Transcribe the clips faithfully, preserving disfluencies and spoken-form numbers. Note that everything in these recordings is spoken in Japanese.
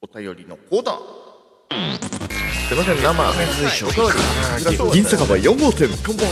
便りのコーナー。 すいません、生銀酒場よん号店乾杯。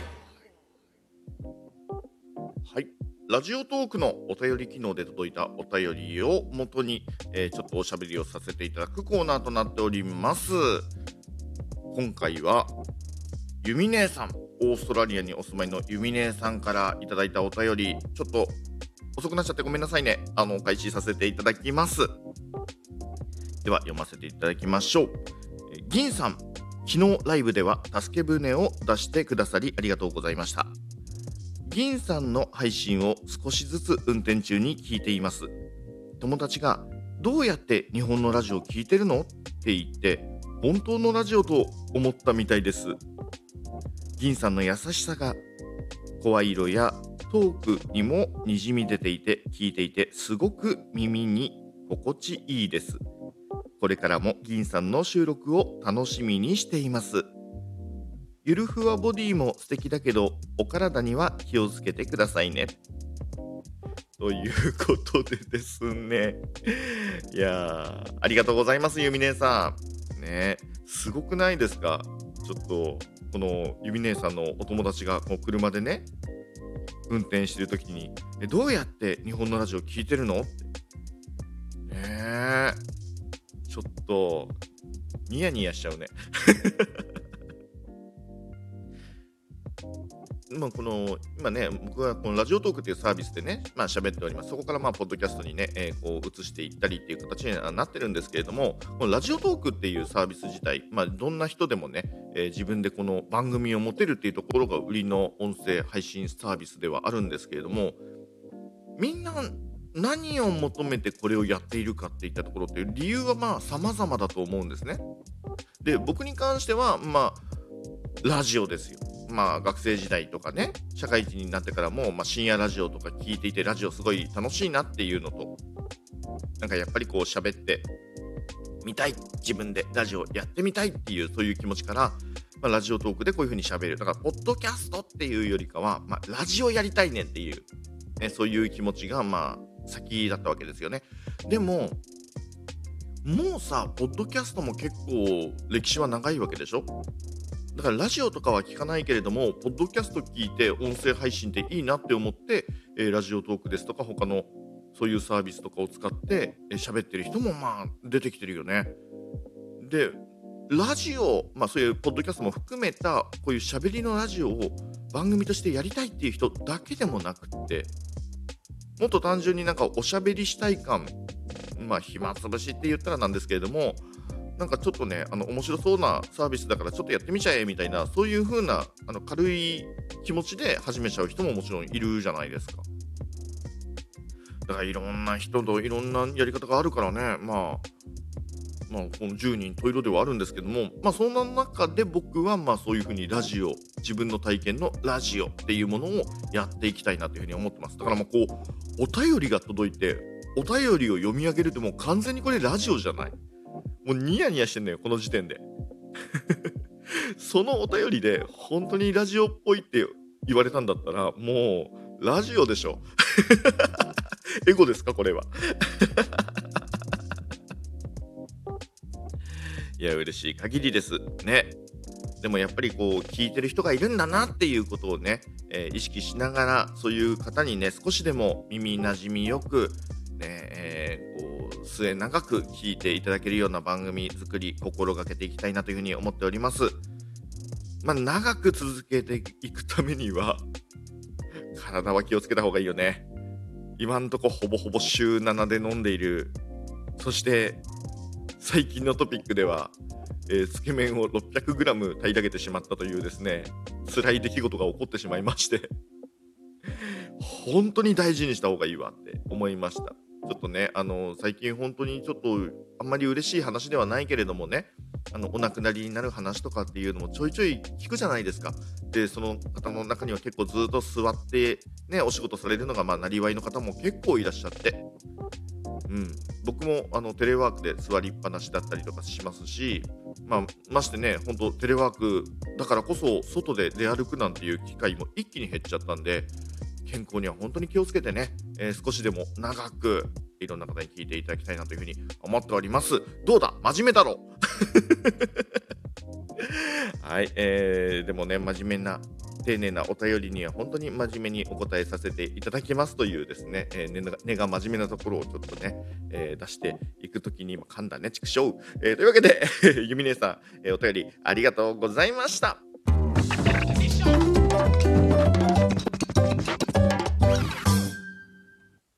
はい、ラジオトークのお便り機能で届いたお便りを元に、えー、ちょっとおしゃべりをさせていただくコーナーとなっております。今回はゆみねえさん、オーストラリアにお住まいのゆみねえさんからいただいたお便り、ちょっと遅くなっちゃってごめんなさいね。あの開始させていただきます。では読ませていただきましょう。えー、銀さん、昨日ライブでは助け舟を出してくださりありがとうございました。銀さんの配信を少しずつ運転中に聞いています。友達がどうやって日本のラジオ聞いてるのって言って本当のラジオと思ったみたいです。銀さんの優しさが声色やトークにもにじみ出ていて聞いていてすごく耳に心地いいです。これからも銀さんの収録を楽しみにしています。ゆるふわボディも素敵だけどお体には気をつけてくださいね、ということでですね。いやー、ありがとうございます、ゆみねえさんね。すごくないですか。ちょっとこのゆみねえさんのお友達がこう車でね運転してる時にえどうやって日本のラジオ聞いてるのってねえ、ちょっとニヤニヤしちゃうね。まあ、この今ね、僕はこのラジオトークっていうサービスでね、まあ喋っております。そこからまあポッドキャストにね、えー、こう移していったりっていう形にはなってるんですけれども、このラジオトークっていうサービス自体、まあどんな人でもね、えー、自分でこの番組を持てるっていうところが売りの音声配信サービスではあるんですけれども、みんな何を求めてこれをやっているかっていったところっていう理由はまあ様々だと思うんですね。で、僕に関してはまあラジオですよ。まあ学生時代とかね、社会人になってからも、まあ、深夜ラジオとか聞いていてラジオすごい楽しいなっていうのと、なんかやっぱりこう喋ってみたい、自分でラジオやってみたいっていうそういう気持ちから、まあ、ラジオトークでこういう風に喋る。だからポッドキャストっていうよりかは、まあ、ラジオやりたいねっていう、ね、そういう気持ちがまあ先だったわけですよね。でももうさ、ポッドキャストも結構歴史は長いわけでしょ。だからラジオとかは聞かないけれども、ポッドキャスト聞いて音声配信っていいなって思って、えーラジオトークですとか他のそういうサービスとかを使ってえー喋ってる人もまあ出てきてるよね。で、ラジオ、まあそういうポッドキャストも含めたこういう喋りのラジオを番組としてやりたいっていう人だけでもなくって、もっと単純になんかおしゃべりしたい感、まあ暇つぶしって言ったらなんですけれども、なんかちょっとね、あの面白そうなサービスだからちょっとやってみちゃえみたいな、そういう風なあの軽い気持ちで始めちゃう人ももちろんいるじゃないですか。だからいろんな人といろんなやり方があるからね、まあまあこのじゅうにん十色ではあるんですけども、まあそんな中で僕はまあそういう風にラジオ、自分の体験のラジオっていうものをやっていきたいなという風に思ってます。だからもうこうお便りが届いてお便りを読み上げるってもう完全にこれラジオじゃない。もうニヤニヤしてんのよこの時点で。そのお便りで本当にラジオっぽいって言われたんだったらもうラジオでしょ。エゴですかこれは。いや嬉しい限りですね。でもやっぱりこう聞いてる人がいるんだなっていうことをね、えー意識しながらそういう方にね少しでも耳なじみよくね、えーこう末長く聞いていただけるような番組作り心がけていきたいなというふうに思っております。まあ長く続けていくためには体は気をつけた方がいいよね。今んとこほぼほぼ週ななで飲んでいる。そして最近のトピックでは、えーつけ麺を ろっぴゃくグラム 平らげてしまったというですね辛い出来事が起こってしまいまして、本当に大事にした方がいいわって思いました。ちょっとね、あの最近本当にちょっとあんまり嬉しい話ではないけれどもね、あのお亡くなりになる話とかっていうのもちょいちょい聞くじゃないですか。で、その方の中には結構ずっと座ってねお仕事されるのがまあなりわいの方も結構いらっしゃって、うん、僕もあのテレワークで座りっぱなしだったりとかしますし、まあ、ましてね、本当テレワークだからこそ外で出歩くなんていう機会も一気に減っちゃったんで、健康には本当に気をつけてね、えー少しでも長くいろんな方に聞いていただきたいなというふうに思っております。どうだ真面目だろはい、えー、でもね、真面目な丁寧なお便りには本当に真面目にお答えさせていただきますというですね、えー、根が根が真面目なところをちょっとね、えー、出していくときに今噛んだね、ちくしょう、えー、というわけでゆみねさん、えー、お便りありがとうございました。